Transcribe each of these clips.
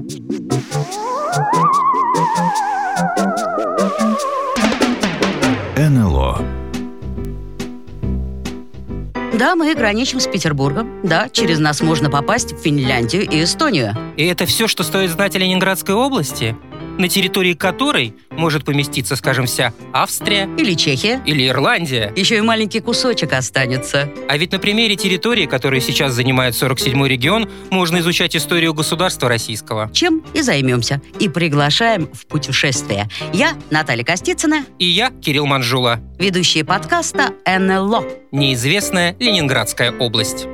НЛО. Да, мы граничим с Петербургом. Да, через нас можно попасть в Финляндию и Эстонию. И это все, что стоит знать о Ленинградской области? На территории которой может поместиться, скажем, вся Австрия Или Чехия. или Ирландия. Еще и маленький кусочек останется. А ведь на примере территории, которую сейчас занимает 47-й регион, можно изучать историю государства российского. Чем и займемся. И приглашаем в путешествие. Я Наталья Костицына, И я, Кирилл Манжула. ведущая подкаста НЛО. Неизвестная Ленинградская область.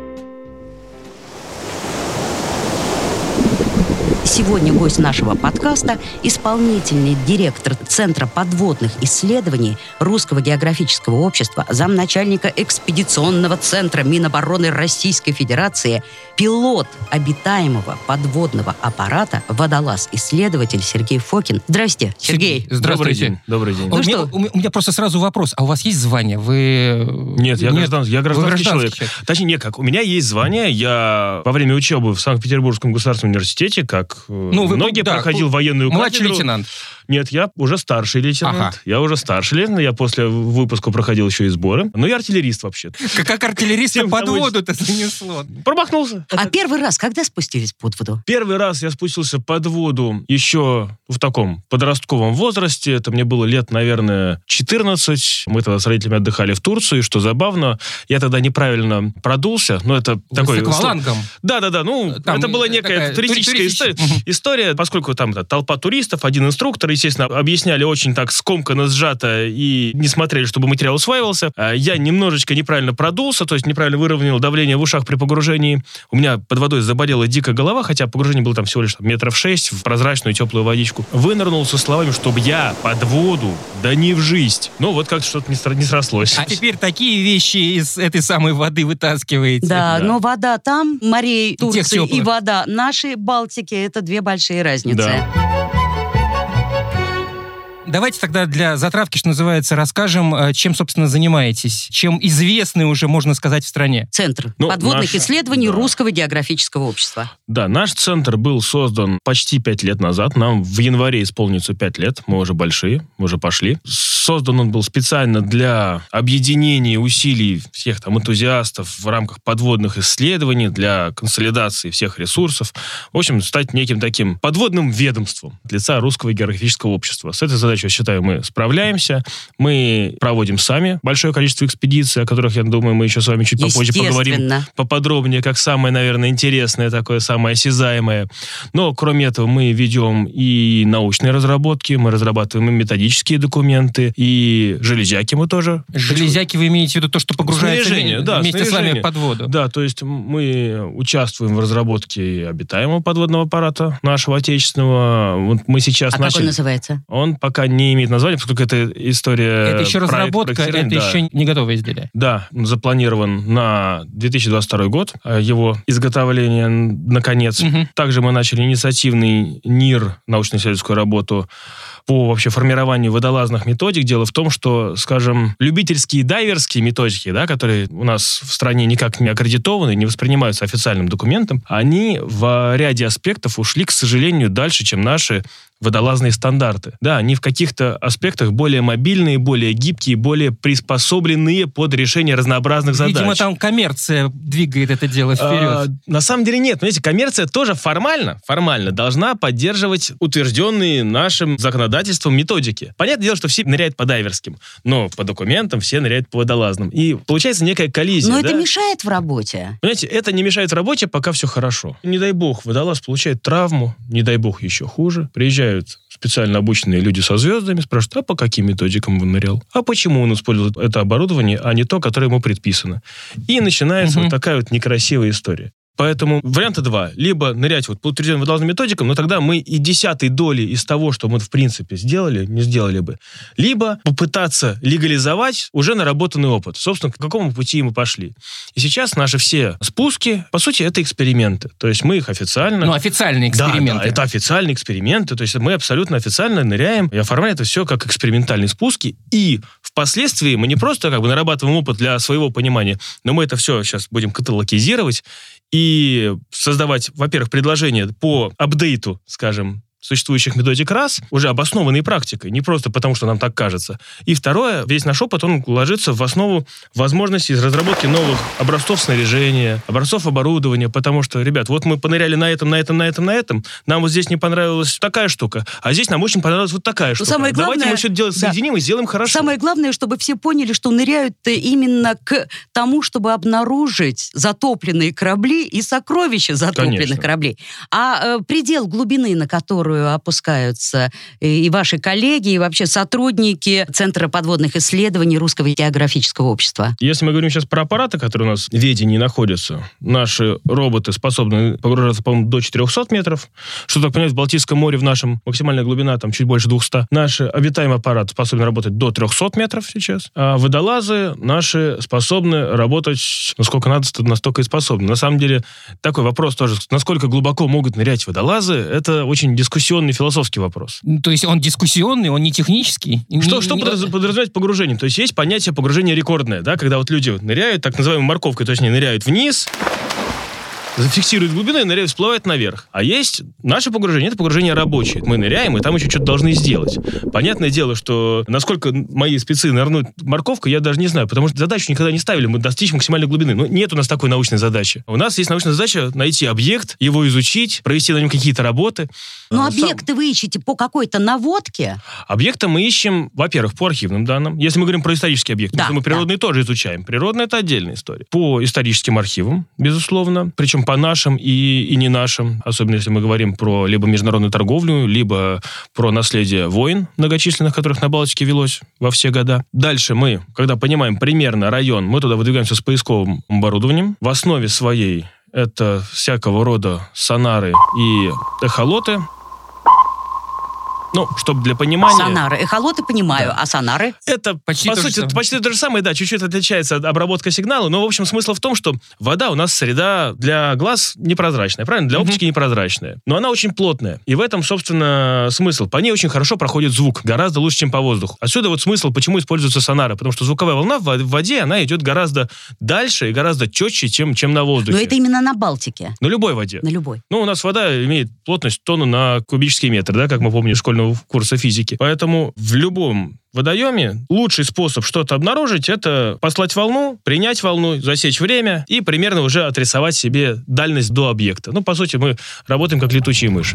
Сегодня гость нашего подкаста – исполнительный директор Центра подводных исследований Русского географического общества, замначальника экспедиционного центра Минобороны Российской Федерации, пилот обитаемого подводного аппарата, водолаз-исследователь Сергей Фокин. Здрасте, Сергей. Здравствуйте. Добрый день. Ну что? У меня просто сразу вопрос. А у вас есть звание? Вы... Нет, я гражданский человек. человек. Точнее, нет, как у меня есть звание. Я во время учебы в Санкт-Петербургском государственном университете, как многие, проходил военную младший кафедру. лейтенант. Нет, я уже старший лейтенант. Ага. Я уже старший лейтенант. Я после выпуска проходил еще и сборы. Но я артиллерист вообще. Как артиллериста Всем под того- воду-то занесло. Промахнулся. А первый раз когда спустились под воду? Первый раз я спустился под воду еще в таком подростковом возрасте. Это мне было лет, наверное, 14. Мы тогда с родителями отдыхали в Турции. Что забавно, я тогда неправильно продулся. Но это такой... С аквалангом. Да. Ну, Там это была некая такая туристическая история, поскольку там толпа туристов, один инструктор, естественно, объясняли очень так скомканно, сжато и не смотрели, чтобы материал усваивался. Я немножечко неправильно продулся, то есть неправильно выровнял давление в ушах при погружении. У меня под водой заболела дико голова, хотя погружение было там всего лишь метров 6 в прозрачную теплую водичку. Вынырнул со словами, чтобы я под воду, да не в жизнь. Ну, вот как-то что-то не срослось. А теперь такие вещи из этой самой воды вытаскиваете. Да, но вода там, морей Турции, теплых. и вода нашей Балтики – это две большие разницы. Да. Давайте тогда для затравки, что называется, расскажем, чем, собственно, занимаетесь. Чем известны уже, можно сказать, в стране. Центр Ну, подводных наш- исследований да. Русского географического общества. Да, наш центр был создан почти 5 лет назад. Нам в январе исполнится 5 лет. Мы уже большие, мы уже пошли. Создан он был специально для объединения усилий всех там энтузиастов в рамках подводных исследований, для консолидации всех ресурсов. В общем, стать неким таким подводным ведомством от лица Русского географического общества. С этой задачей, я считаю, мы справляемся. Мы проводим сами большое количество экспедиций, о которых, я думаю, мы еще с вами чуть попозже поговорим Естественно. поподробнее, как самое, наверное, интересное, такое самое осязаемое. Но, кроме этого, мы ведем и научные разработки, мы разрабатываем и методические документы, и железяки мы тоже. Железяки вы имеете в виду то, что погружается Снаряжение, да, вместе с вами снаряжение. под воду? Да, то есть мы участвуем в разработке обитаемого подводного аппарата нашего отечественного. Вот мы сейчас А как он начали. называется? Он пока не имеет названия, поскольку это история... Это еще проект разработка, это проектирования, да. еще не готовое изделие. Да, запланирован на 2022 год его изготовление, наконец. Мгм. Также мы начали инициативный НИР, научно-исследовательскую работу по вообще формированию водолазных методик. Дело в том, что, скажем, любительские дайверские методики, да, которые у нас в стране никак не аккредитованы, не воспринимаются официальным документом, они в ряде аспектов ушли, к сожалению, дальше, чем наши водолазные стандарты. Да, они в каких-то аспектах более мобильные, более гибкие, более приспособленные под решение разнообразных задач. Видимо, там коммерция двигает это дело вперед. На самом деле нет. Понимаете, коммерция тоже формально должна поддерживать утвержденные нашим законодательством методики. Понятное дело, что все ныряют по дайверским, но по документам все ныряют по водолазным. И получается некая коллизия. Но да? это мешает в работе. Понимаете, это не мешает работе, пока все хорошо. Не дай бог, водолаз получает травму, не дай бог еще хуже. Приезжают специально обученные люди со звездами, спрашивают, а по каким методикам он нырял? А почему он использует это оборудование, а не то, которое ему предписано? И начинается вот такая вот некрасивая история. Поэтому варианта два. Либо нырять вот по утвержденным водолазным методикам, но тогда мы и 10 доли из того, что мы в принципе сделали, не сделали бы. Либо попытаться легализовать уже наработанный опыт. Собственно, к какому пути мы пошли. И сейчас наши все спуски, по сути, это эксперименты. То есть мы их официально... Ну, официальные эксперименты. Да, это официальные эксперименты. То есть мы абсолютно официально ныряем и оформляем это все как экспериментальные спуски. И впоследствии мы не просто как бы нарабатываем опыт для своего понимания, но мы это все сейчас будем каталогизировать и создавать, во-первых, предложения по апдейту, скажем, существующих методик РАС, уже обоснованной практикой, не просто потому, что нам так кажется. И второе, весь наш опыт, он ложится в основу возможности разработки новых образцов снаряжения, образцов оборудования, потому что, ребят, вот мы поныряли на этом, нам вот здесь не понравилась такая штука, а здесь нам очень понравилась вот такая штука. Самое главное, давайте мы все это дело соединим и сделаем хорошо. Самое главное, чтобы все поняли, что ныряют именно к тому, чтобы обнаружить затопленные корабли и сокровища затопленных Конечно. кораблей. А предел глубины, на которую опускаются и ваши коллеги, и вообще сотрудники Центра подводных исследований Русского географического общества. Если мы говорим сейчас про аппараты, которые у нас в ведении находятся, наши роботы способны погружаться, по-моему, до 400 метров. Что так понимаете, в Балтийском море в нашем максимальная глубина там чуть больше 200. Наши обитаемые аппараты способны работать до 300 метров сейчас. А водолазы наши способны работать, насколько надо, настолько и способны. На самом деле, такой вопрос тоже, насколько глубоко могут нырять водолазы, это очень дискуссионный философский вопрос. То есть он дискуссионный, он не технический? Что подразумевает погружение? То есть есть понятие погружения рекордное, да, когда вот люди ныряют, так называемой морковкой, точнее, ныряют вниз, зафиксируют глубину и ныряют, всплывают наверх. А есть наше погружение, это погружение рабочее. Мы ныряем, и там еще что-то должны сделать. Понятное дело, что насколько мои спецы нырнут морковкой, я даже не знаю, потому что задачу никогда не ставили, мы достичь максимальной глубины. Но нет у нас такой научной задачи. У нас есть научная задача найти объект, его изучить, провести на нем какие-то работы. Но объекты вы ищете по какой-то наводке? Объекты мы ищем, во-первых, по архивным данным. Если мы говорим про исторические объекты, Да, мы природные тоже изучаем. Природные — это отдельная история. По историческим архивам, безусловно. Причем по нашим и не нашим. Особенно если мы говорим про либо международную торговлю, либо про наследие войн многочисленных, которых на Балтике велось во все года. Дальше мы, когда понимаем примерно район, мы туда выдвигаемся с поисковым оборудованием. В основе своей это всякого рода сонары и эхолоты. Ну, чтобы для понимания... Сонары. Эхолоты понимаю, а сонары? Это, Почти по то же сути, самое. почти то же самое, да, чуть-чуть отличается от обработка сигнала, но, в общем, смысл в том, что вода у нас среда для глаз непрозрачная, правильно? Для оптики непрозрачная. Но она очень плотная. И в этом, собственно, смысл. По ней очень хорошо проходит звук, гораздо лучше, чем по воздуху. Отсюда вот смысл, почему используются сонары. Потому что звуковая волна в воде, она идет гораздо дальше и гораздо четче, чем на воздухе. Но это именно на Балтике. На любой воде. На любой. Ну, у нас вода имеет плотность тонну на кубический метр, да, как мы помним из школьного курса физики. Поэтому в любом водоеме лучший способ что-то обнаружить — это послать волну, принять волну, засечь время и примерно уже отрисовать себе дальность до объекта. Ну, по сути, мы работаем как летучие мыши.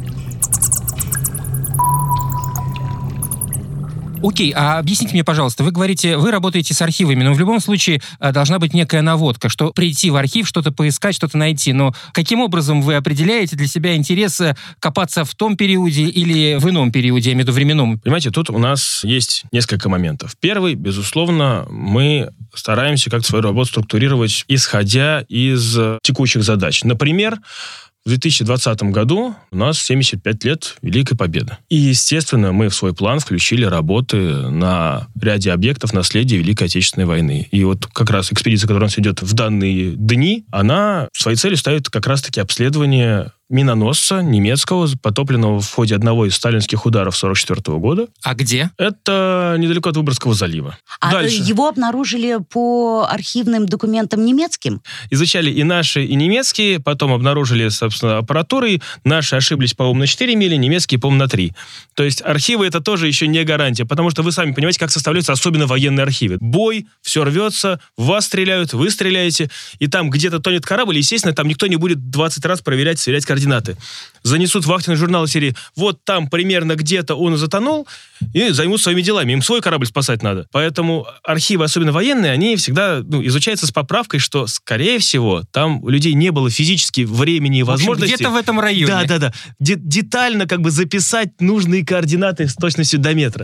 Окей, а объясните мне, пожалуйста, вы говорите, вы работаете с архивами, но в любом случае должна быть некая наводка, что прийти в архив, что-то поискать, что-то найти. Но каким образом вы определяете для себя интерес копаться в том периоде или в ином периоде, я имею в виду временном? Понимаете, тут у нас есть несколько моментов. Первый, безусловно, мы стараемся как-то свою работу структурировать, исходя из текущих задач. Например, в 2020 году у нас 75 лет Великой Победы. И, естественно, мы в свой план включили работы на ряде объектов наследия Великой Отечественной войны. И вот как раз экспедиция, которая у нас идет в данные дни, она своей целью ставит как раз-таки обследование миноносца немецкого, потопленного в ходе одного из сталинских ударов 1944 года. А где? Это недалеко от Выборгского залива. А Дальше. его обнаружили по архивным документам немецким? Изучали и наши, и немецкие, потом обнаружили, собственно, аппаратурой. Наши ошиблись, по-моему, на 4 мили, немецкие, по-моему, на 3. То есть архивы — это тоже еще не гарантия, потому что вы сами понимаете, как составляются особенно военные архивы. Бой, все рвется, в вас стреляют, вы стреляете, и там где-то тонет корабль, естественно, там никто не будет 20 раз проверять, сверять координаты. Занесут вахтенный журнал серии «Вот там примерно где-то он затонул», и займутся своими делами. Им свой корабль спасать надо. Поэтому архивы, особенно военные, они всегда изучаются с поправкой, что, скорее всего, там у людей не было физически времени и возможности... где-то в этом районе. Да. Детально как бы записать нужные координаты с точностью до метра.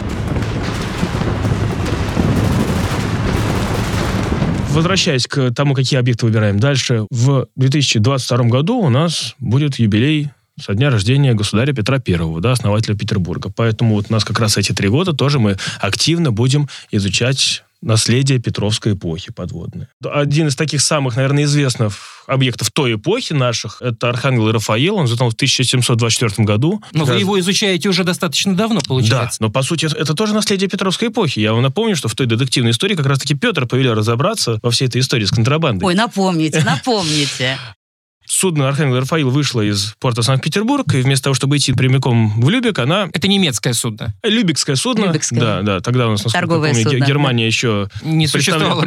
Возвращаясь к тому, какие объекты выбираем дальше, в 2022 году у нас будет юбилей со дня рождения государя Петра I, основателя Петербурга. Поэтому вот у нас как раз эти 3 года тоже мы активно будем изучать наследие Петровской эпохи подводное. Один из таких самых, наверное, известных объектов той эпохи наших, это Архангел Рафаил, он затонул в 1724 году. Но вы его изучаете уже достаточно давно, получается. Да, но по сути это тоже наследие Петровской эпохи. Я вам напомню, что в той детективной истории как раз-таки Петр повелел разобраться во всей этой истории с контрабандой. Ой, напомните. Судно «Архангел Рафаил» вышло из порта Санкт-Петербург, и вместо того, чтобы идти прямиком в Любек, Это немецкое судно. Любекское судно. Да. Тогда у нас, насколько торговое я помню, судно, Германия еще не существовала,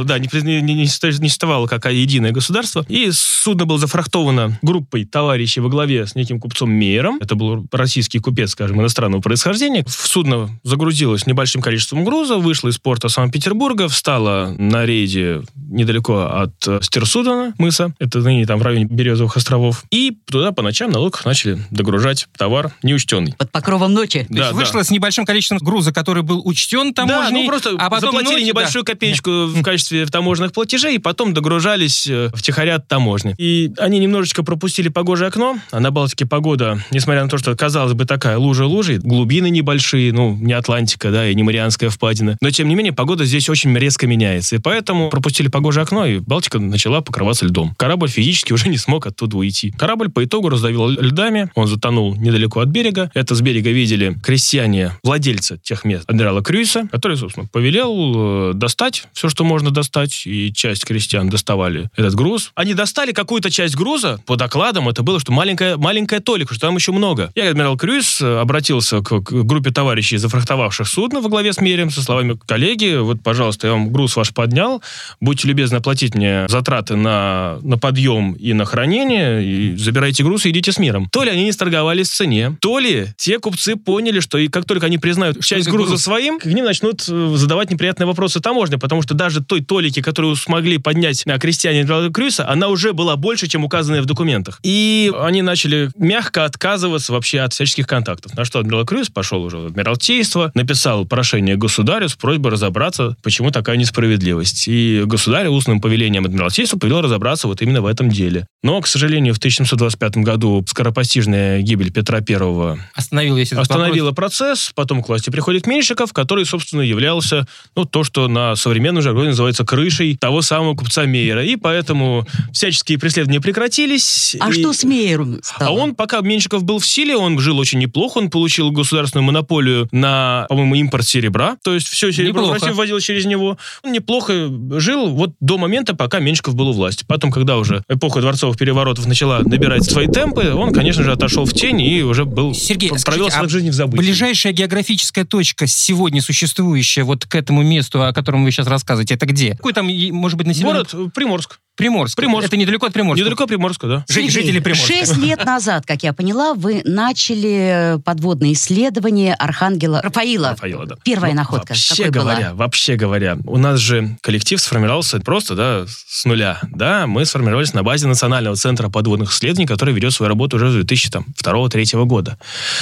не существовало как единое государство. И судно было зафрахтовано группой товарищей во главе с неким купцом Мейером. Это был российский купец, скажем, иностранного происхождения. В судно загрузилось небольшим количеством груза, вышло из порта Санкт-Петербурга, встало на рейде недалеко от Стерсудена мыса. Это ныне там в районе Березовых островов. И туда по ночам на лодках начали догружать товар неучтенный. Под покровом ночи. То есть вышло с небольшим количеством груза, который был учтен таможней, просто а потом заплатили небольшую копеечку в качестве таможенных платежей, и потом догружались втихаря от таможни. И они немножечко пропустили погожее окно, а на Балтике погода, несмотря на то, что, казалось бы, такая лужа-лужей, глубины небольшие, не Атлантика, да, и не Марианская впадина, но, тем не менее, погода здесь очень резко меняется. И поэтому пропустили погожее окно, и Балтика начала покрываться льдом. Корабль физически уже не смог оттуда уйти. Корабль по итогу раздавил льдами, он затонул недалеко от берега. Это с берега видели крестьяне, владельцы тех мест адмирала Крюйса, который, собственно, повелел достать все, что можно достать, и часть крестьян доставали этот груз. Они достали какую-то часть груза, по докладам это было, что маленькая толика, что там еще много. И адмирал Крюйс обратился к группе товарищей, зафрахтовавших судно во главе с Мерием, со словами: коллеги, вот, пожалуйста, я вам груз ваш поднял, будьте любезны оплатить мне затраты на подъем и на хранение, и забирайте груз и идите с миром. То ли они не сторговались в цене, то ли те купцы поняли, что и как только они признают часть груза своим, к ним начнут задавать неприятные вопросы таможни, потому что даже той толики, которую смогли поднять крестьяне Крюйса, она уже была больше, чем указанная в документах. И они начали мягко отказываться вообще от всяческих контактов. На что адмирал Крюйс пошел уже в Адмиралтейство, написал прошение государю с просьбой разобраться, почему такая несправедливость. И государь устным повелением Адмиралтейства повелел разобраться вот именно в этом деле. Но, к сожалению, в 1725 году скоропостижная гибель Петра I остановила процесс. Потом к власти приходит Меньшиков, который, собственно, являлся, то, что на современном жаргоне называется крышей того самого купца Мейера. И поэтому всяческие преследования прекратились. Что с Мейером стало? А он, пока Меньшиков был в силе, он жил очень неплохо. Он получил государственную монополию на, по-моему, импорт серебра. То есть все серебро в Россию вводилось через него. Он неплохо жил вот до момента, пока Меньшиков был у власти. Потом, когда уже эпоха дворцовых переворотов начала набирать свои темпы, он, конечно же, отошел в тень и уже был... Сергей, провел свою жизнь в забытии. Ближайшая географическая точка сегодня существующая вот к этому месту, о котором вы сейчас рассказываете, это где? Какой там, может быть, населенный... Город Приморск. Приморск. Это недалеко от Приморска? Недалеко от Приморска, да. Жители Приморска. 6 лет назад, как я поняла, вы начали подводные исследования Архангела Рафаила. Да. Первая находка. Вообще говоря, у нас же коллектив сформировался просто, с нуля. Да, мы сформировались на базе Национального центра подводных исследований, который ведет свою работу уже с 2002-2003 года.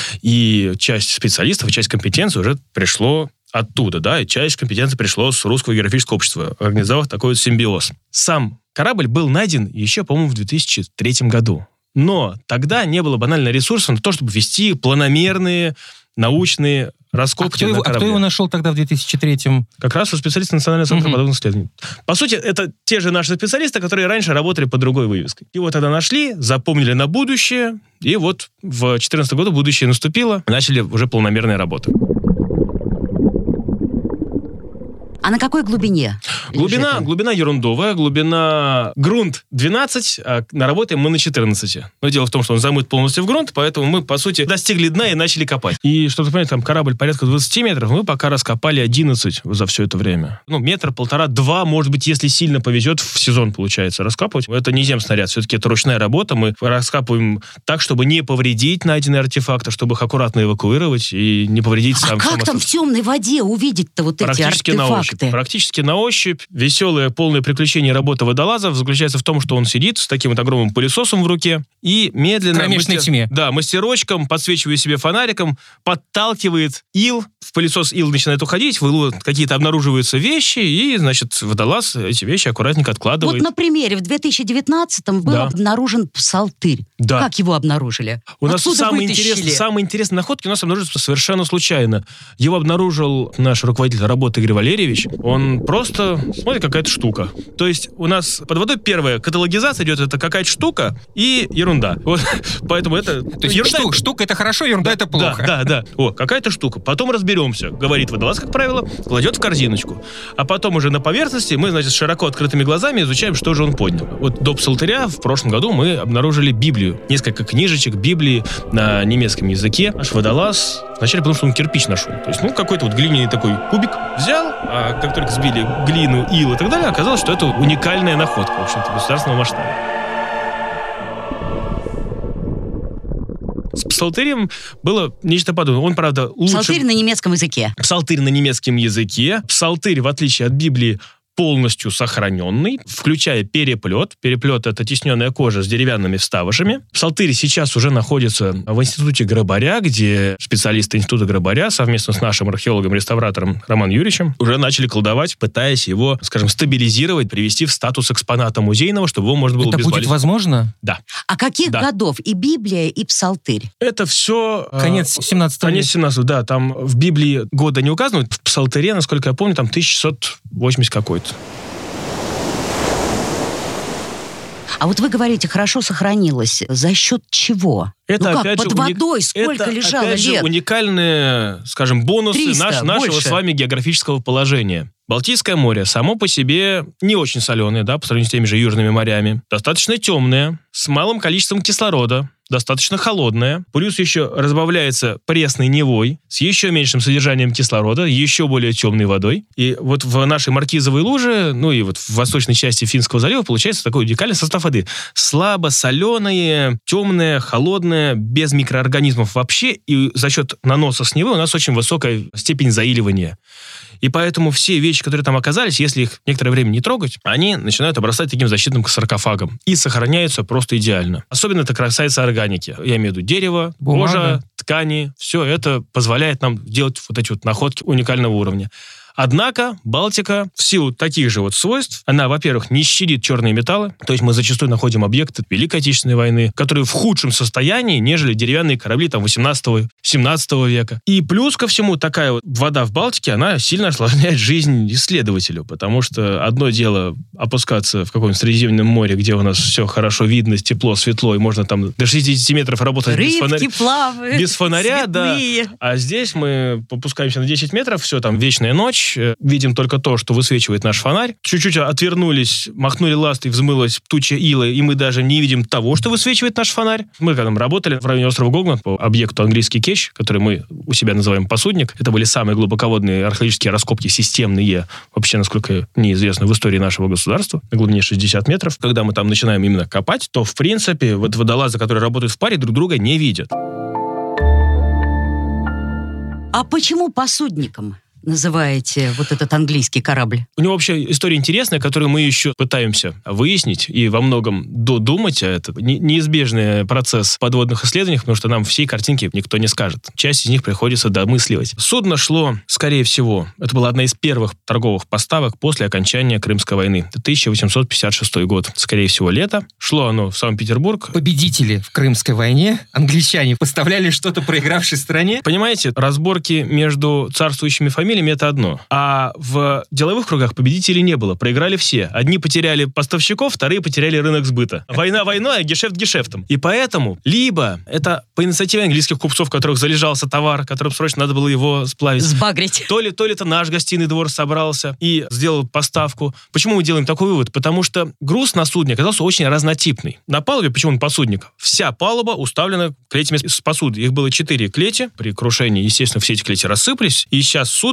И часть специалистов, часть компетенций уже пришло оттуда, да, и часть компетенции пришло с Русского географического общества, организовав такой вот симбиоз. Сам корабль был найден еще, по-моему, в 2003 году. Но тогда не было банально ресурсов на то, чтобы вести планомерные научные раскопки на корабле. А кто его нашел тогда в 2003-м? Как раз специалисты Национального центра подводных исследований. По сути, это те же наши специалисты, которые раньше работали под другой вывеской. Его тогда нашли, запомнили на будущее, и вот в 2014 году будущее наступило, начали уже планомерные работы. А на какой глубине? Глубина ерундовая, грунт 12, а работаем мы на 14. Но дело в том, что он замыт полностью в грунт, поэтому мы, по сути, достигли дна и начали копать. И, чтобы понять, там корабль порядка 20 метров, мы пока раскопали 11 за все это время. Метр, полтора, два, может быть, если сильно повезет, в сезон, получается, раскапывать. Это не земснаряд, все-таки это ручная работа. Мы раскапываем так, чтобы не повредить найденные артефакты, чтобы их аккуратно эвакуировать и не повредить сам. А как там в темной воде увидеть-то вот эти артефакты? Практически на ощупь. Веселое, полное приключение работы водолазов заключается в том, что он сидит с таким вот огромным пылесосом в руке и медленно... В кромешной тьме. Да, мастерочком, подсвечивая себе фонариком, подталкивает ил в пылесос ил начинает уходить, в илу какие-то обнаруживаются вещи, и, значит, водолаз эти вещи аккуратненько откладывает. Вот на примере, в 2019-м был обнаружен псалтырь. Да. Как его обнаружили? У нас самые интересные находки у нас обнаруживаются совершенно случайно. Его обнаружил наш руководитель работы Игорь Валерьевич. Он просто смотрит, какая-то штука. То есть у нас под водой первая каталогизация идет, это какая-то штука и ерунда. Вот, поэтому это... То есть штука это хорошо, ерунда это плохо. Да. О, какая-то штука. Потом разберемся, говорит водолаз, как правило, кладет в корзиночку. А потом уже на поверхности мы, значит, широко открытыми глазами изучаем, что же он поднял. Вот до псалтыря в прошлом году мы обнаружили Библию. Несколько книжечек Библии на немецком языке. Наш водолаз вначале потому, что он кирпич нашел. То есть, какой-то вот глиняный такой кубик взял, а как только сбили глину, ил и так далее, оказалось, что это уникальная находка, в общем-то, государственного масштаба. С псалтырем было нечто подобное. Он, правда, лучше... Псалтырь на немецком языке. Псалтырь на немецком языке. Псалтырь, в отличие от Библии, полностью сохраненный, включая переплет. Переплет — это тесненная кожа с деревянными вставышами. Псалтырь сейчас уже находится в Институте Грабаря, где специалисты Института Грабаря совместно с нашим археологом-реставратором Романом Юрьевичем уже начали колдовать, пытаясь его, скажем, стабилизировать, привести в статус экспоната музейного, чтобы его можно было Это будет возможно? Да. А каких годов? И Библия, и Псалтырь? Это все... Конец 17 века. Конец 17 да. Там в Библии года не указаны. В Псалтыре, насколько я помню, там 1680 какой-то. А вот вы говорите, хорошо сохранилось. За счет чего? Это, опять под же, водой сколько лежало опять лет? же, уникальные, скажем, бонусы 300, нашего больше. с вами географического положения. Балтийское море само по себе не очень соленое, да, по сравнению с теми же южными морями. Достаточно темное, с малым количеством кислорода, достаточно холодное. Плюс еще разбавляется пресной Невой с еще меньшим содержанием кислорода, еще более темной водой. И вот в нашей Маркизовой луже, и вот в восточной части Финского залива получается такой уникальный состав воды. Слабо соленое, темное, холодное, без микроорганизмов вообще. И за счет наноса с Невы у нас очень высокая степень заиливания. И поэтому все вещи, которые там оказались, если их некоторое время не трогать, они начинают обрастать таким защитным саркофагом. И сохраняются просто идеально. Особенно это касается органики. Я имею в виду дерево, кожа, ткани. Все это позволяет нам делать вот эти вот находки уникального уровня. Однако Балтика в силу таких же вот свойств, она, во-первых, не щадит черные металлы, то есть мы зачастую находим объекты Великой Отечественной войны, которые в худшем состоянии, нежели деревянные корабли 18-17 века. И плюс ко всему, такая вот вода в Балтике, она сильно осложняет жизнь исследователю, потому что одно дело опускаться в каком-нибудь Средиземном море, где у нас все хорошо видно, тепло, светло, и можно там до 60 метров работать без фонаря, да. А здесь мы попускаемся на 10 метров, все, там вечная ночь, видим только то, что высвечивает наш фонарь. Чуть-чуть отвернулись, махнули ластой, взмылась туча ила, и мы даже не видим того, что высвечивает наш фонарь. Мы когда работали в районе острова Гогланд по объекту английский кетч, который мы у себя называем посудник, это были самые глубоководные археологические раскопки, системные, вообще, насколько мне известно, в истории нашего государства, на глубине 60 метров. Когда мы там начинаем именно копать, то, в принципе, вот водолазы, которые работают в паре, друг друга не видят. А почему посудником называете вот этот английский корабль? У него вообще история интересная, которую мы еще пытаемся выяснить и во многом додумать. Это неизбежный процесс в подводных исследованиях, потому что нам всей картинки никто не скажет. Часть из них приходится домысливать. Судно шло, скорее всего, это была одна из первых торговых поставок после окончания Крымской войны. Это 1856 год. Скорее всего, лето. Шло оно в Санкт-Петербург. Победители в Крымской войне, англичане, поставляли что-то проигравшей стране. Понимаете, разборки между царствующими фамилиями — это одно. А в деловых кругах победителей не было. Проиграли все. Одни потеряли поставщиков, вторые потеряли рынок сбыта. Война войной, а гешефт гешефтом. И поэтому либо это по инициативе английских купцов, у которых залежался товар, которым срочно надо было его сплавить. Сбагрить. То ли это наш гостиный двор собрался и сделал поставку. Почему мы делаем такой вывод? Потому что груз на судне оказался очень разнотипный. На палубе, почему он посудник? Вся палуба уставлена клетями с посуды. Их было 4 клети. При крушении, естественно, все эти клети рассыпались. И сейчас судно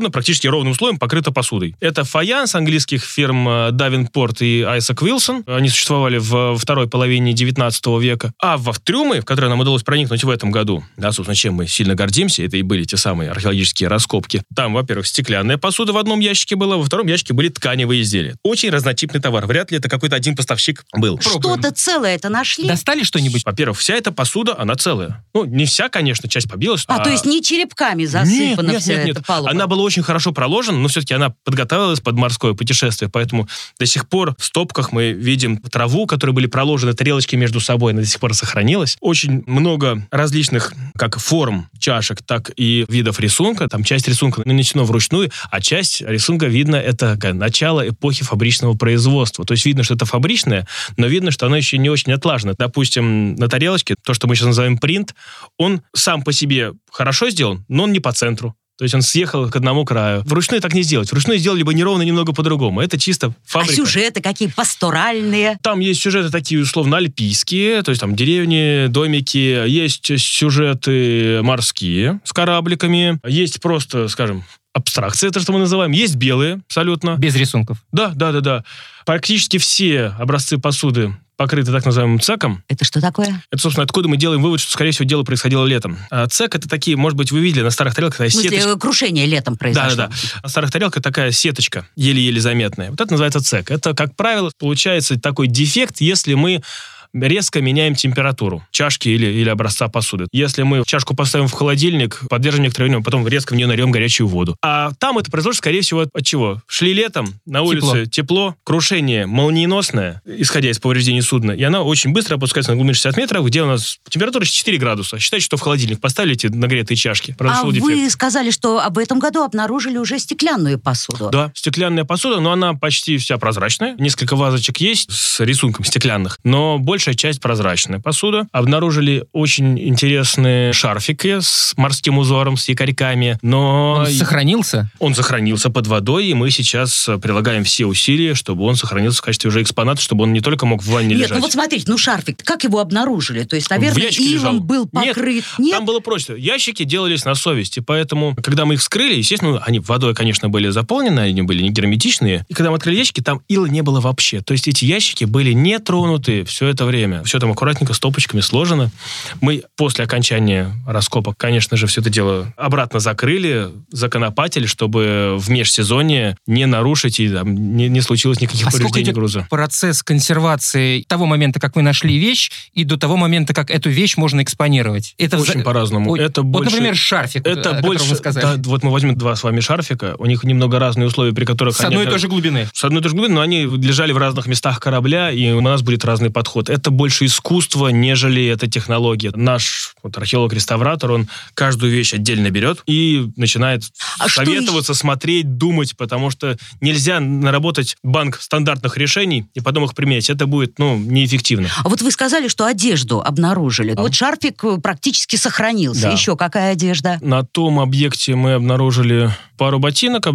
судно практически ровным слоем покрыто посудой. Это фаянс английских фирм Davenport и Isaac Wilson. Они существовали в второй половине 19 века. А в трюмы, в которые нам удалось проникнуть в этом году, да, собственно, чем мы сильно гордимся, это и были те самые археологические раскопки. Там, во-первых, стеклянная посуда в одном ящике была, во втором ящике были тканевые изделия. Очень разнотипный товар. Вряд ли это какой-то один поставщик был. Что-то целое это нашли? Достали что-нибудь? Во-первых, вся эта посуда, она целая. Ну, не вся, конечно, часть побилась. То есть не черепками засыпана вся эта палуба? Она была очень хорошо проложена, но все-таки она подготовилась под морское путешествие, поэтому до сих пор в стопках мы видим траву, которые были проложены тарелочки между собой, она до сих пор сохранилась. Очень много различных как форм чашек, так и видов рисунка. Там часть рисунка нанесена вручную, а часть рисунка, видно, это начало эпохи фабричного производства. То есть видно, что это фабричное, но видно, что оно еще не очень отлажено. Допустим, на тарелочке, то, что мы сейчас называем принт, он сам по себе хорошо сделан, но он не по центру. То есть он съехал к одному краю. Вручную так не сделать. Вручную сделали бы неровно немного по-другому. Это чисто фабрика. А сюжеты какие? Пасторальные? Там есть сюжеты такие, условно, альпийские. То есть там деревни, домики. Есть сюжеты морские с корабликами. Есть просто, скажем, абстракции, это что мы называем. Есть белые абсолютно. Без рисунков? Да. Практически все образцы посуды покрыты так называемым цеком. Это что такое? Это, собственно, откуда мы делаем вывод, что, скорее всего, дело происходило летом. А цек — это такие, может быть, вы видели на старых тарелках... В смысле, крушение летом произошло? Да. На старых тарелках такая сеточка, еле-еле заметная. Вот это называется цек. Это, как правило, получается такой дефект, если мы резко меняем температуру чашки или образца посуды. Если мы чашку поставим в холодильник, поддержим некоторое время, потом резко в нее нальем горячую воду. А там это произошло, скорее всего, от чего? Шли летом, на улице тепло, крушение молниеносное, исходя из повреждений судна, и она очень быстро опускается на глубину 60 метров, где у нас температура 4 градуса. Считайте, что в холодильник поставили эти нагретые чашки. Произошел дефект. Вы сказали, что об этом году обнаружили уже стеклянную посуду. Да, стеклянная посуда, но она почти вся прозрачная. Несколько вазочек есть с рисунком стеклянных, но большая часть прозрачная посуда. Обнаружили очень интересные шарфики с морским узором, с якорьками, но... Он сохранился? Он сохранился под водой, и мы сейчас прилагаем все усилия, чтобы он сохранился в качестве уже экспоната, чтобы он не только мог в ванне лежать. Нет, ну вот смотрите, шарфик, как его обнаружили? То есть, наверное, илом был покрыт? Нет, там было проще. Ящики делались на совести, поэтому, когда мы их вскрыли, естественно, они водой, конечно, были заполнены, они были не герметичные, и когда мы открыли ящики, там ила не было вообще. То есть эти ящики были не тронуты все это время. Все там аккуратненько стопочками сложено. Мы после окончания раскопок, конечно же, все это дело обратно закрыли, законопатили, чтобы в межсезонье не нарушить и там, не случилось никаких повреждений груза. Процесс консервации того момента, как вы нашли вещь, и до того момента, как эту вещь можно экспонировать? Это очень по-разному. Это вот, больше, например, шарфик, это о больше, котором вы сказали. Да, вот мы возьмем два с вами шарфика, у них немного разные условия, при которых... С одной и той же глубины. С одной и той же глубины, но они лежали в разных местах корабля, и у нас будет разный подход. Это больше искусство, нежели это технология. Наш археолог-реставратор, он каждую вещь отдельно берет и начинает советоваться, смотреть, думать, потому что нельзя наработать банк стандартных решений и потом их применять. Это будет, неэффективно. А вот вы сказали, что одежду обнаружили. Вот шарфик практически сохранился. Да. Еще какая одежда? На том объекте мы обнаружили пару ботинок,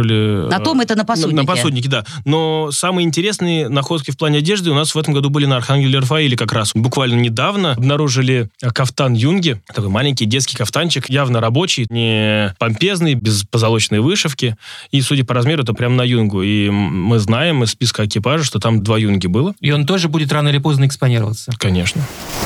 На том это на посуднике? На посуднике, да. Но самые интересные находки в плане одежды у нас в этом году были на Архангеле Рафаиле как раз. Буквально недавно обнаружили кафтан Юнги. Такой маленький детский кафтанчик, явно рабочий, не помпезный, без позолоченной вышивки. И, судя по размеру, это прям на Юнгу. И мы знаем из списка экипажа, что там 2 Юнги было. И он тоже будет рано или поздно экспонироваться? Конечно.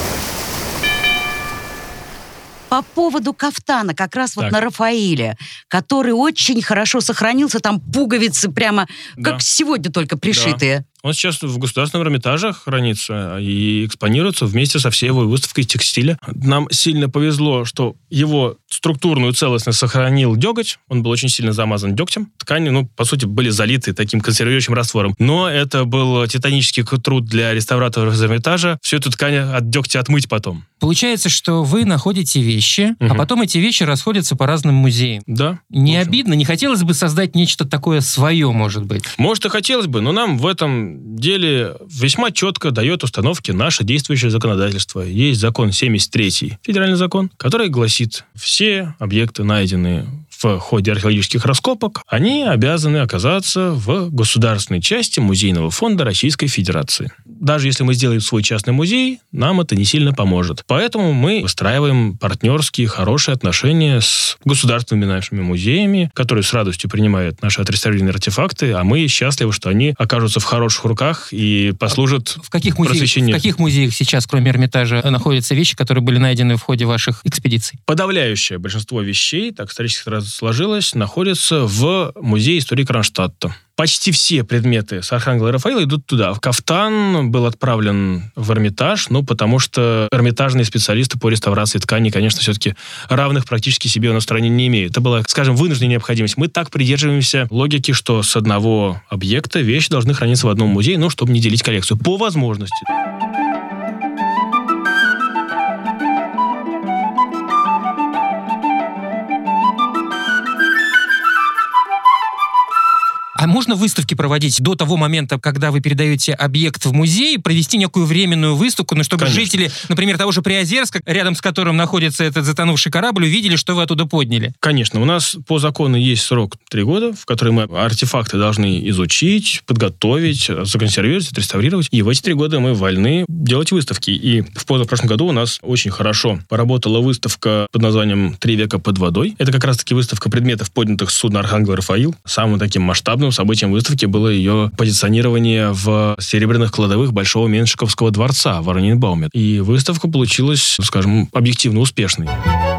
По поводу кафтана, как раз вот на Рафаиле, который очень хорошо сохранился, там пуговицы прямо как сегодня только пришитые. Да. Он сейчас в Государственном Эрмитаже хранится и экспонируется вместе со всей его выставкой текстиля. Нам сильно повезло, что его структурную целостность сохранил деготь. Он был очень сильно замазан дегтем. Ткани, по сути, были залиты таким консервирующим раствором. Но это был титанический труд для реставраторов из Эрмитажа. Всю эту ткань от дегтя отмыть потом. Получается, что вы находите вещи, а потом эти вещи расходятся по разным музеям. Да. Не обидно? Не хотелось бы создать нечто такое свое, может быть? Может, и хотелось бы, но нам в этом деле весьма четко дает установки наше действующее законодательство. Есть закон 73-й, федеральный закон, который гласит, все объекты, найденные в ходе археологических раскопок, они обязаны оказаться в государственной части Музейного фонда Российской Федерации. Даже если мы сделаем свой частный музей, нам это не сильно поможет. Поэтому мы выстраиваем партнерские, хорошие отношения с государственными нашими музеями, которые с радостью принимают наши отреставрированные артефакты, а мы счастливы, что они окажутся в хороших руках и послужат просвещению. В каких музеях сейчас, кроме Эрмитажа, находятся вещи, которые были найдены в ходе ваших экспедиций? Подавляющее большинство вещей, так исторически сложилось, находится в Музее истории Кронштадта. Почти все предметы с Архангела Рафаэла идут туда. Кафтан был отправлен в Эрмитаж, потому что эрмитажные специалисты по реставрации тканей, конечно, все-таки равных практически себе у нас в стране не имеют. Это была, скажем, вынужденная необходимость. Мы так придерживаемся логики, что с одного объекта вещи должны храниться в одном музее, чтобы не делить коллекцию. По возможности. А можно выставки проводить до того момента, когда вы передаете объект в музей, провести некую временную выставку, чтобы Конечно. жители, например, того же Приозерска, рядом с которым находится этот затонувший корабль, увидели, что вы оттуда подняли? Конечно. У нас по закону есть срок 3 года, в который мы артефакты должны изучить, подготовить, законсервировать, отреставрировать. И в эти 3 года мы вольны делать выставки. И в позапрошлом году у нас очень хорошо поработала выставка под названием «3 века под водой». Это как раз-таки выставка предметов, поднятых с судна «Архангел Рафаил». Самым таким масштабным событием выставки было ее позиционирование в серебряных кладовых Большого Меншиковского дворца в Орнинбауме. И выставка получилась, скажем, объективно успешной.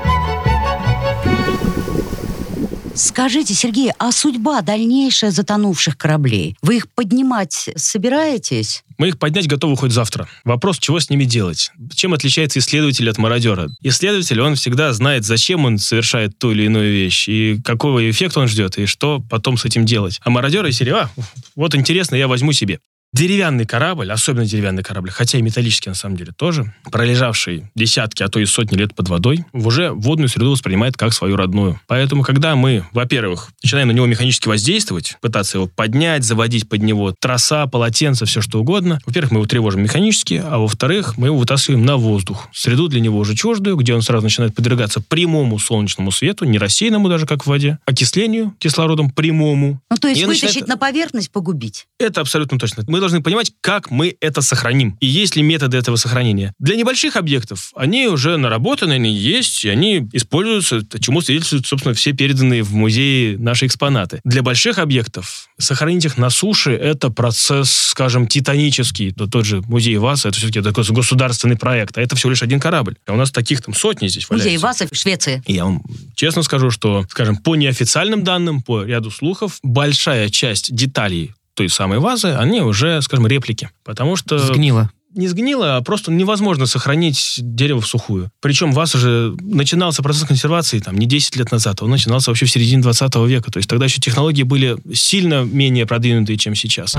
Скажите, Сергей, а судьба дальнейшая затонувших кораблей? Вы их поднимать собираетесь? Мы их поднять готовы хоть завтра. Вопрос, чего с ними делать? Чем отличается исследователь от мародера? Исследователь, он всегда знает, зачем он совершает ту или иную вещь, и какого эффекта он ждет, и что потом с этим делать. А мародер из серии, вот интересно, я возьму себе. Деревянный корабль, особенно деревянный корабль, хотя и металлический на самом деле тоже, пролежавший десятки, а то и сотни лет под водой, уже водную среду воспринимает как свою родную. Поэтому, когда мы, во-первых, начинаем на него механически воздействовать, пытаться его поднять, заводить под него троса, полотенца, все что угодно, во-первых, мы его тревожим механически, а во-вторых, мы его вытаскиваем на воздух. Среду для него уже чуждую, где он сразу начинает подвергаться прямому солнечному свету, не рассеянному даже, как в воде, окислению кислородом прямому. То есть вытащить на поверхность, погубить? Это абсолютно точно. Мы должны понимать, как мы это сохраним. И есть ли методы этого сохранения. Для небольших объектов они уже наработаны, они есть, и они используются, чему свидетельствуют, собственно, все переданные в музее наши экспонаты. Для больших объектов сохранить их на суше — это процесс, скажем, титанический. Тот же музей Васа — это все-таки такой государственный проект, а это всего лишь один корабль. А у нас таких там сотни здесь валяются. Музей Васа в Швеции. И я вам честно скажу, что, скажем, по неофициальным данным, по ряду слухов, большая часть деталей той самой вазы, они уже, скажем, реплики. Потому что... Сгнило. Не сгнило, а просто невозможно сохранить дерево в сухую. Причем ваза же начинался процесс консервации не 10 лет назад, он начинался вообще в середине 20 века. То есть тогда еще технологии были сильно менее продвинутые, чем сейчас.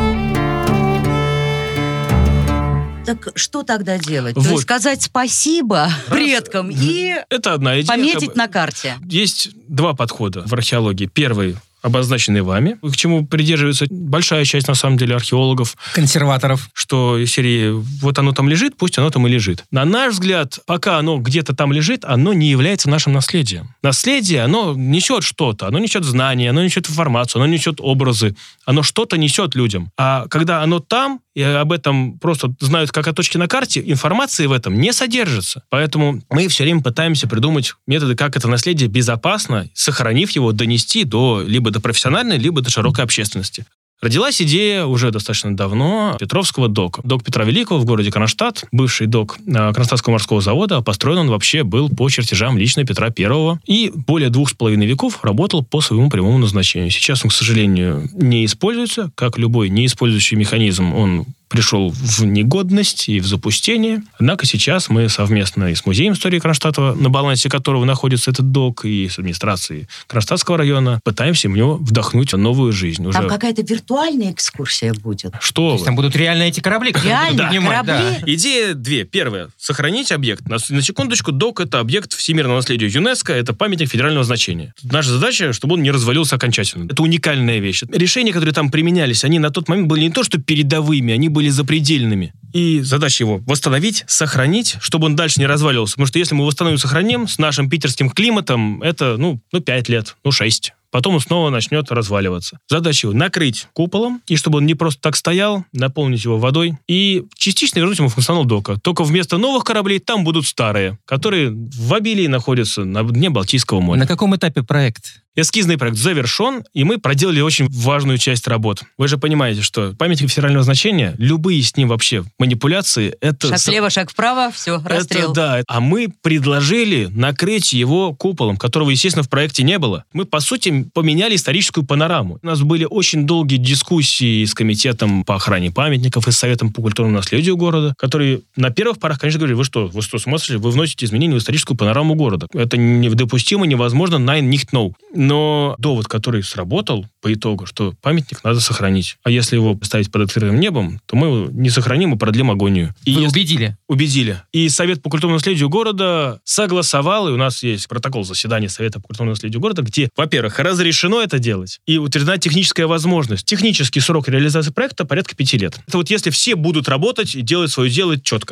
Так что тогда делать? То есть сказать спасибо предкам и это одна идея, пометить на карте. Есть 2 подхода в археологии. Первый — обозначенные вами, к чему придерживается большая часть, на самом деле, археологов. Консерваторов. Что из серии вот оно там лежит, пусть оно там и лежит. На наш взгляд, пока оно где-то там лежит, оно не является нашим наследием. Наследие, оно несет что-то, оно несет знания, оно несет информацию, оно несет образы, оно что-то несет людям. А когда оно там, и об этом просто знают как о точке на карте, информации в этом не содержится. Поэтому мы все время пытаемся придумать методы, как это наследие безопасно, сохранив его, донести либо до профессиональной, либо до широкой общественности. Родилась идея уже достаточно давно Петровского дока. Док Петра Великого в городе Кронштадт, бывший док Кронштадтского морского завода, построен он вообще был по чертежам лично Петра I и более 2,5 веков работал по своему прямому назначению. Сейчас он, к сожалению, не используется. Как любой неиспользующий механизм, он пришел в негодность и в запустение. Однако сейчас мы совместно и с Музеем истории Кронштадта, на балансе которого находится этот док, и с администрацией Кронштадтского района пытаемся в него вдохнуть новую жизнь. Там какая-то виртуальная экскурсия будет. Что? То есть там будут реально эти корабли? Реально, корабли? Да. Идея 2. Первая. Сохранить объект. На секундочку, док — это объект всемирного наследия ЮНЕСКО, это памятник федерального значения. Наша задача, чтобы он не развалился окончательно. Это уникальная вещь. Решения, которые там применялись, они на тот момент были не то что передовыми, они были были запредельными. И задача его восстановить, сохранить, чтобы он дальше не разваливался. Потому что если мы восстановим, сохраним, с нашим питерским климатом это, 5 лет, 6. Потом он снова начнет разваливаться. Задача его накрыть куполом, и чтобы он не просто так стоял, наполнить его водой и частично вернуть ему функционал дока. Только вместо новых кораблей там будут старые, которые в обилии находятся на дне Балтийского моря. На каком этапе проект? Эскизный проект завершен, и мы проделали очень важную часть работ. Вы же понимаете, что памятник федерального значения, любые с ним вообще манипуляции, это... Шаг влево, шаг вправо, все, расстрел. Это да. А мы предложили накрыть его куполом, которого, естественно, в проекте не было. Мы, по сути, поменяли историческую панораму. У нас были очень долгие дискуссии с комитетом по охране памятников и с Советом по культурному наследию города, которые на первых порах, конечно, говорили, вы что смотрите, вы вносите изменения в историческую панораму города. Это недопустимо, невозможно, nein, nicht no. Но довод, который сработал по итогу, что памятник надо сохранить. А если его ставить под открытым небом, то мы его не сохраним и продлим агонию. Вы убедили? Убедили. И Совет по культурному наследию города согласовал, и у нас есть протокол заседания Совета по культурному наследию города, где, во-первых, разрешено это делать, и утверждена техническая возможность. Технический срок реализации проекта порядка 5 лет. Это вот если все будут работать и делать свое дело четко.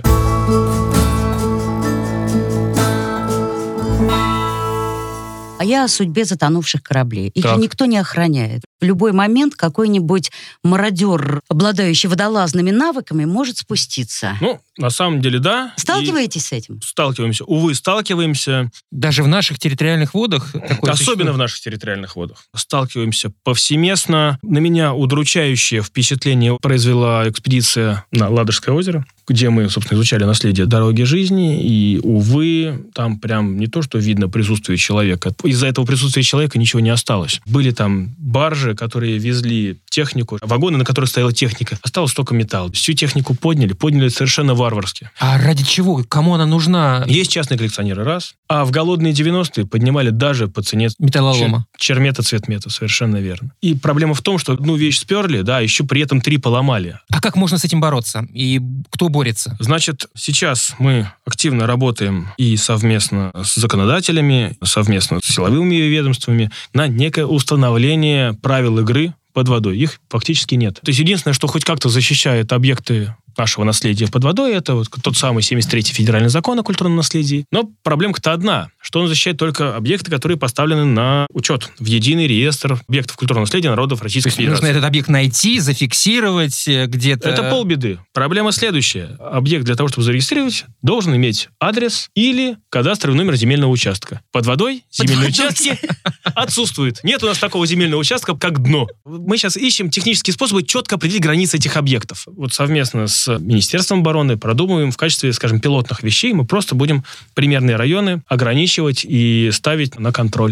А я о судьбе затонувших кораблей. Их Так. же никто не охраняет. В любой момент какой-нибудь мародер, обладающий водолазными навыками, может спуститься. На самом деле, да. Сталкиваетесь с этим? Сталкиваемся. Увы, сталкиваемся. Даже в наших территориальных водах? Такое Особенно существует? в наших территориальных водах. Сталкиваемся повсеместно. На меня удручающее впечатление произвела экспедиция на Ладожское озеро, где мы, собственно, изучали наследие дороги жизни. И, увы, там прям не то, что видно присутствие человека. Из-за этого присутствия человека ничего не осталось. Были там баржи, которые везли технику, вагоны, на которых стояла техника. Осталось только металл. Всю технику подняли совершенно варварски. А ради чего? Кому она нужна? Есть частные коллекционеры, раз. А в голодные 90-е поднимали даже по цене Металлолома. чермета, цветмета, совершенно верно. И проблема в том, что одну вещь сперли, да, еще при этом 3 поломали. А как можно с этим бороться? И кто борется? Значит, сейчас мы активно работаем и совместно с законодателями, совместно с силовыми ведомствами на некое установление правил игры под водой. Их фактически нет. То есть единственное, что хоть как-то защищает объекты нашего наследия под водой, это вот тот самый 73-й федеральный закон о культурном наследии. Но проблемка-то одна, что он защищает только объекты, которые поставлены на учет в единый реестр объектов культурного наследия народов Российской Федерации. Нужно этот объект найти, зафиксировать где-то. Это полбеды. Проблема следующая. Объект для того, чтобы зарегистрировать, должен иметь адрес или кадастровый номер земельного участка. Под водой земельные участки отсутствуют. Нет у нас такого земельного участка, как дно. Мы сейчас ищем технические способы четко определить границы этих объектов. Вот совместно с Министерством обороны продумываем в качестве, скажем, пилотных вещей. Мы просто будем примерные районы ограничивать и ставить на контроль.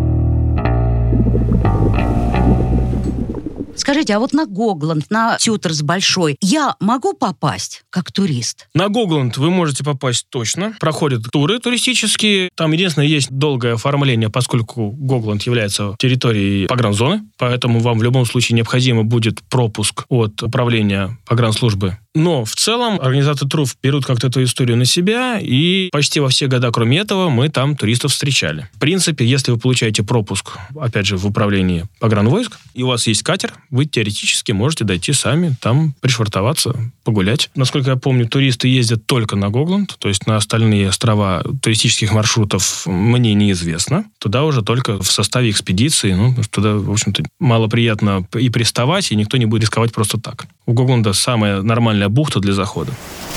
Скажите, а вот на Гогланд, на Тютерс большой, я могу попасть как турист? На Гогланд вы можете попасть точно. Проходят туры туристические. Там, единственное, есть долгое оформление, поскольку Гогланд является территорией погранзоны, поэтому вам в любом случае необходимо будет пропуск от управления погранслужбы. Но в целом организаторы туров берут как-то эту историю на себя, и почти во все года, кроме этого, мы там туристов встречали. В принципе, если вы получаете пропуск, опять же, в управлении погранвойск, и у вас есть катер, вы теоретически можете дойти сами, там пришвартоваться, погулять. Насколько я помню, туристы ездят только на Гогланд, то есть на остальные острова туристических маршрутов мне неизвестно. Туда уже только в составе экспедиции, туда, в общем-то, мало приятно и приставать, и никто не будет рисковать просто так. У Гогланда самая нормальная бухта для захода.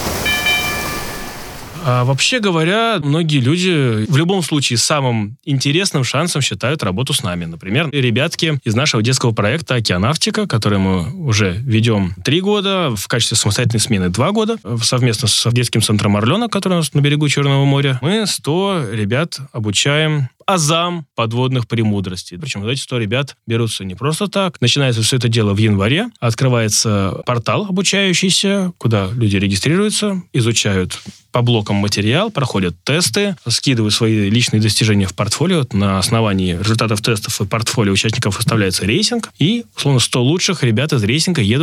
А вообще говоря, многие люди в любом случае самым интересным шансом считают работу с нами. Например, ребятки из нашего детского проекта «Океанавтика», который мы уже ведем 3 года, в качестве самостоятельной смены 2 года, совместно с детским центром «Орленок», который у нас на берегу Черного моря. Мы 100 ребят обучаем азам подводных премудростей. Причем эти 100 ребят берутся не просто так. Начинается все это дело в январе. Открывается портал обучающийся, куда люди регистрируются, изучают по блокам материал, проходят тесты, скидывают свои личные достижения в портфолио. На основании результатов тестов и портфолио участников выставляется рейтинг. И, условно, 100 лучших ребят из рейтинга едут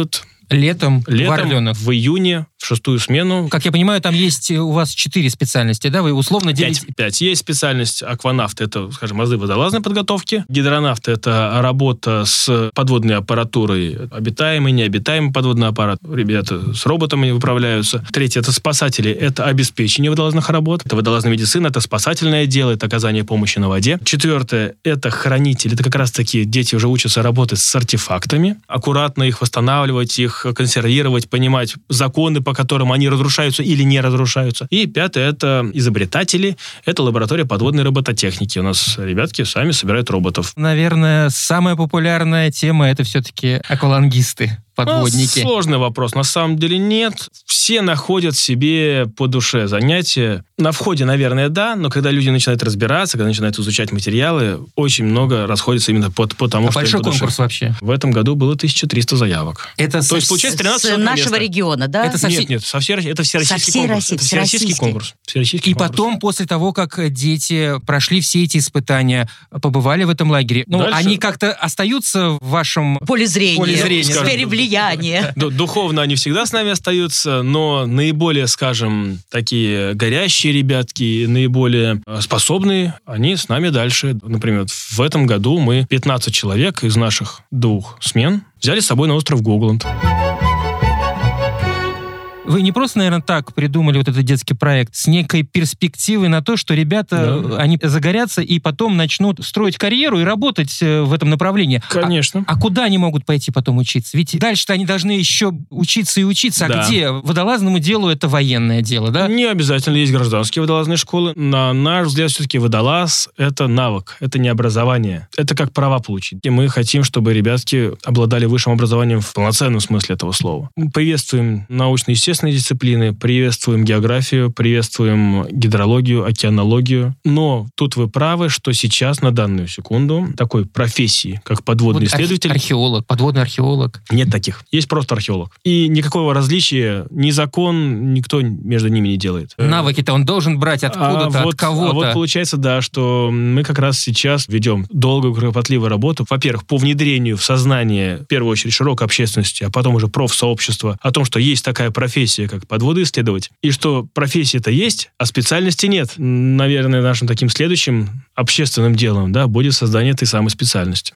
Летом в Орленок. В июне, в 6-ю смену. Как я понимаю, там есть у вас 4 специальности, да? Вы условно делите... 5. Есть специальность акванавт, это, скажем, азы водолазной подготовки. Гидронавт — это работа с подводной аппаратурой, обитаемый, необитаемый подводный аппарат. Ребята с роботами управляются. 3. это спасатели, это обеспечение водолазных работ. Это водолазная медицина, это спасательное дело, это оказание помощи на воде. 4. это хранители, это как раз-таки дети уже учатся работать с артефактами, аккуратно их восстанавливать, их консервировать, понимать законы, по которым они разрушаются или не разрушаются. И 5. это изобретатели, это лаборатория подводной робототехники. У нас ребятки сами собирают роботов. Наверное, самая популярная тема — это все-таки аквалангисты. Подводники. Сложный вопрос. На самом деле нет. Все находят себе по душе занятия. На входе, наверное, да, но когда люди начинают разбираться, когда начинают изучать материалы, очень много расходится именно по тому, что большой конкурс вообще? В этом году было 1300 заявок. Это То есть, получается, 13 с нашего региона, да? Это Нет, со всей России. Это всероссийский конкурс. Это всероссийский конкурс. И потом, после того, как дети прошли все эти испытания, побывали в этом лагере, они как-то остаются в вашем поле зрения. В сфере влияния. Духовно они всегда с нами остаются, но наиболее, скажем, такие горящие ребятки, наиболее способные, они с нами дальше. Например, в этом году мы 15 человек из наших 2 смен взяли с собой на остров Гогланд. Вы не просто, наверное, так придумали вот этот детский проект с некой перспективой на то, что ребята, они загорятся и потом начнут строить карьеру и работать в этом направлении. Конечно. А куда они могут пойти потом учиться? Ведь дальше-то они должны еще учиться и учиться. А где? Водолазному делу это военное дело, да? Не обязательно. Есть гражданские водолазные школы. На наш взгляд, все-таки водолаз — это навык, это не образование. Это как права получить. И мы хотим, чтобы ребятки обладали высшим образованием в полноценном смысле этого слова. Мы приветствуем научно-естественные дисциплины, приветствуем географию, приветствуем гидрологию, океанологию. Но тут вы правы, что сейчас, на данную секунду, такой профессии, как подводный исследователь... Археолог, подводный археолог. Нет таких. Есть просто археолог. И никакого различия, ни закон, никто между ними не делает. Навыки-то он должен брать откуда-то, от кого-то. А вот получается, да, что мы как раз сейчас ведем долгую, кропотливую работу. Во-первых, по внедрению в сознание, в первую очередь, широкой общественности, а потом уже профсообщества, о том, что есть такая профессия, как подводоисследователь, и что профессия-то есть, а специальности нет. Наверное, нашим таким следующим общественным делом, да, будет создание этой самой специальности.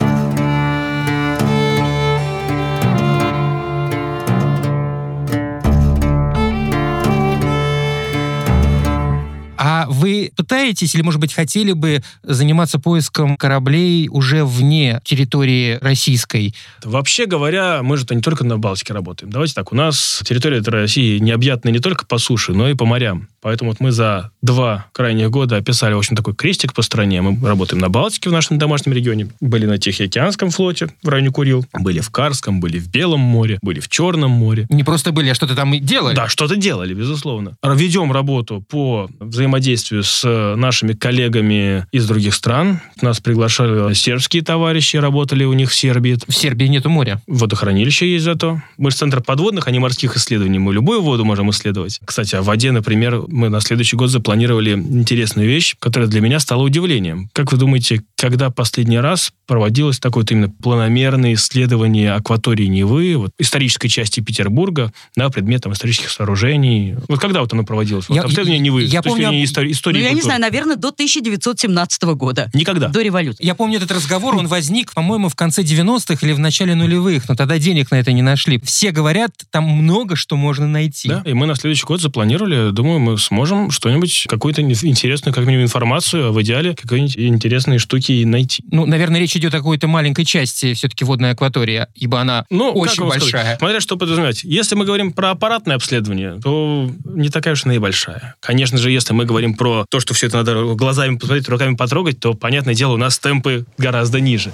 А вы пытаетесь или, может быть, хотели бы заниматься поиском кораблей уже вне территории российской? Вообще говоря, мы же-то не только на Балтике работаем. Давайте так, у нас территория России необъятна не только по суше, но и по морям. Поэтому вот мы за 2 крайних года описали, в общем, такой крестик по стране. Мы работаем на Балтике, в нашем домашнем регионе. Были на Тихоокеанском флоте в районе Курил. Были в Карском, были в Белом море, были в Черном море. Не просто были, а что-то там и делали? Да, что-то делали, безусловно. Ведем работу по взаимодействию с нашими коллегами из других стран. Нас приглашали сербские товарищи, работали у них в Сербии. В Сербии нету моря. Водохранилище есть зато. Мы же центр подводных, а не морских исследований. Мы любую воду можем исследовать. Кстати, о воде, например, мы на следующий год запланировали интересную вещь, которая для меня стала удивлением. Как вы думаете, когда последний раз проводилось такое-то именно планомерное исследование акватории Невы, вот, исторической части Петербурга, на предмет исторических сооружений? Вот когда вот оно проводилось? Исследование Невы. Я помню, истории я не знаю, наверное, до 1917 года. Никогда. До революции. Я помню этот разговор, он возник, по-моему, в конце 90-х или в начале нулевых, но тогда денег на это не нашли. Все говорят, там много что можно найти. Да, и мы на следующий год запланировали, думаю, мы сможем что-нибудь, какую-то интересную, как минимум, информацию, а в идеале какие-нибудь интересные штуки найти. Ну, наверное, речь идет о какой-то маленькой части все-таки водной акватории, ибо она очень большая. Смотря что подразумевать. Если мы говорим про аппаратное обследование, то не такая уж она и большая. Конечно же, если мы говорим про то, что все это надо глазами посмотреть, руками потрогать, то, понятное дело, у нас темпы гораздо ниже.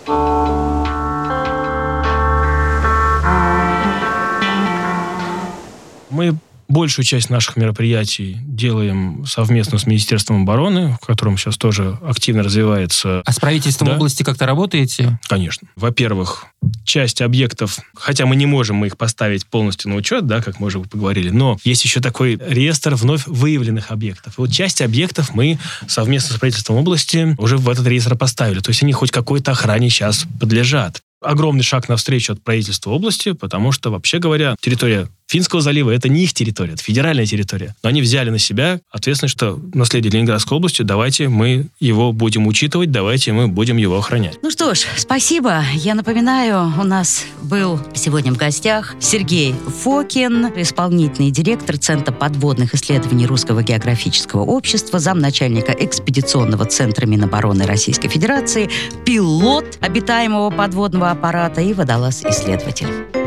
Мы большую часть наших мероприятий делаем совместно с Министерством обороны, в котором сейчас тоже активно развивается. А с правительством области как-то работаете? Конечно. Во-первых, часть объектов, хотя мы не можем их поставить полностью на учет, да, как мы уже поговорили, но есть еще такой реестр вновь выявленных объектов. И вот часть объектов мы совместно с правительством области уже в этот реестр поставили. То есть они хоть какой-то охране сейчас подлежат. огромный шаг навстречу от правительства области, потому что, вообще говоря, территория Финского залива — это не их территория, это федеральная территория. Но они взяли на себя ответственность, что наследие Ленинградской области, давайте мы его будем учитывать, давайте мы будем его охранять. Ну что ж, спасибо. Я напоминаю, у нас был сегодня в гостях Сергей Фокин, исполнительный директор Центра подводных исследований Русского географического общества, замначальника экспедиционного центра Минобороны Российской Федерации, пилот обитаемого подводного аппарата и водолаз-исследователь.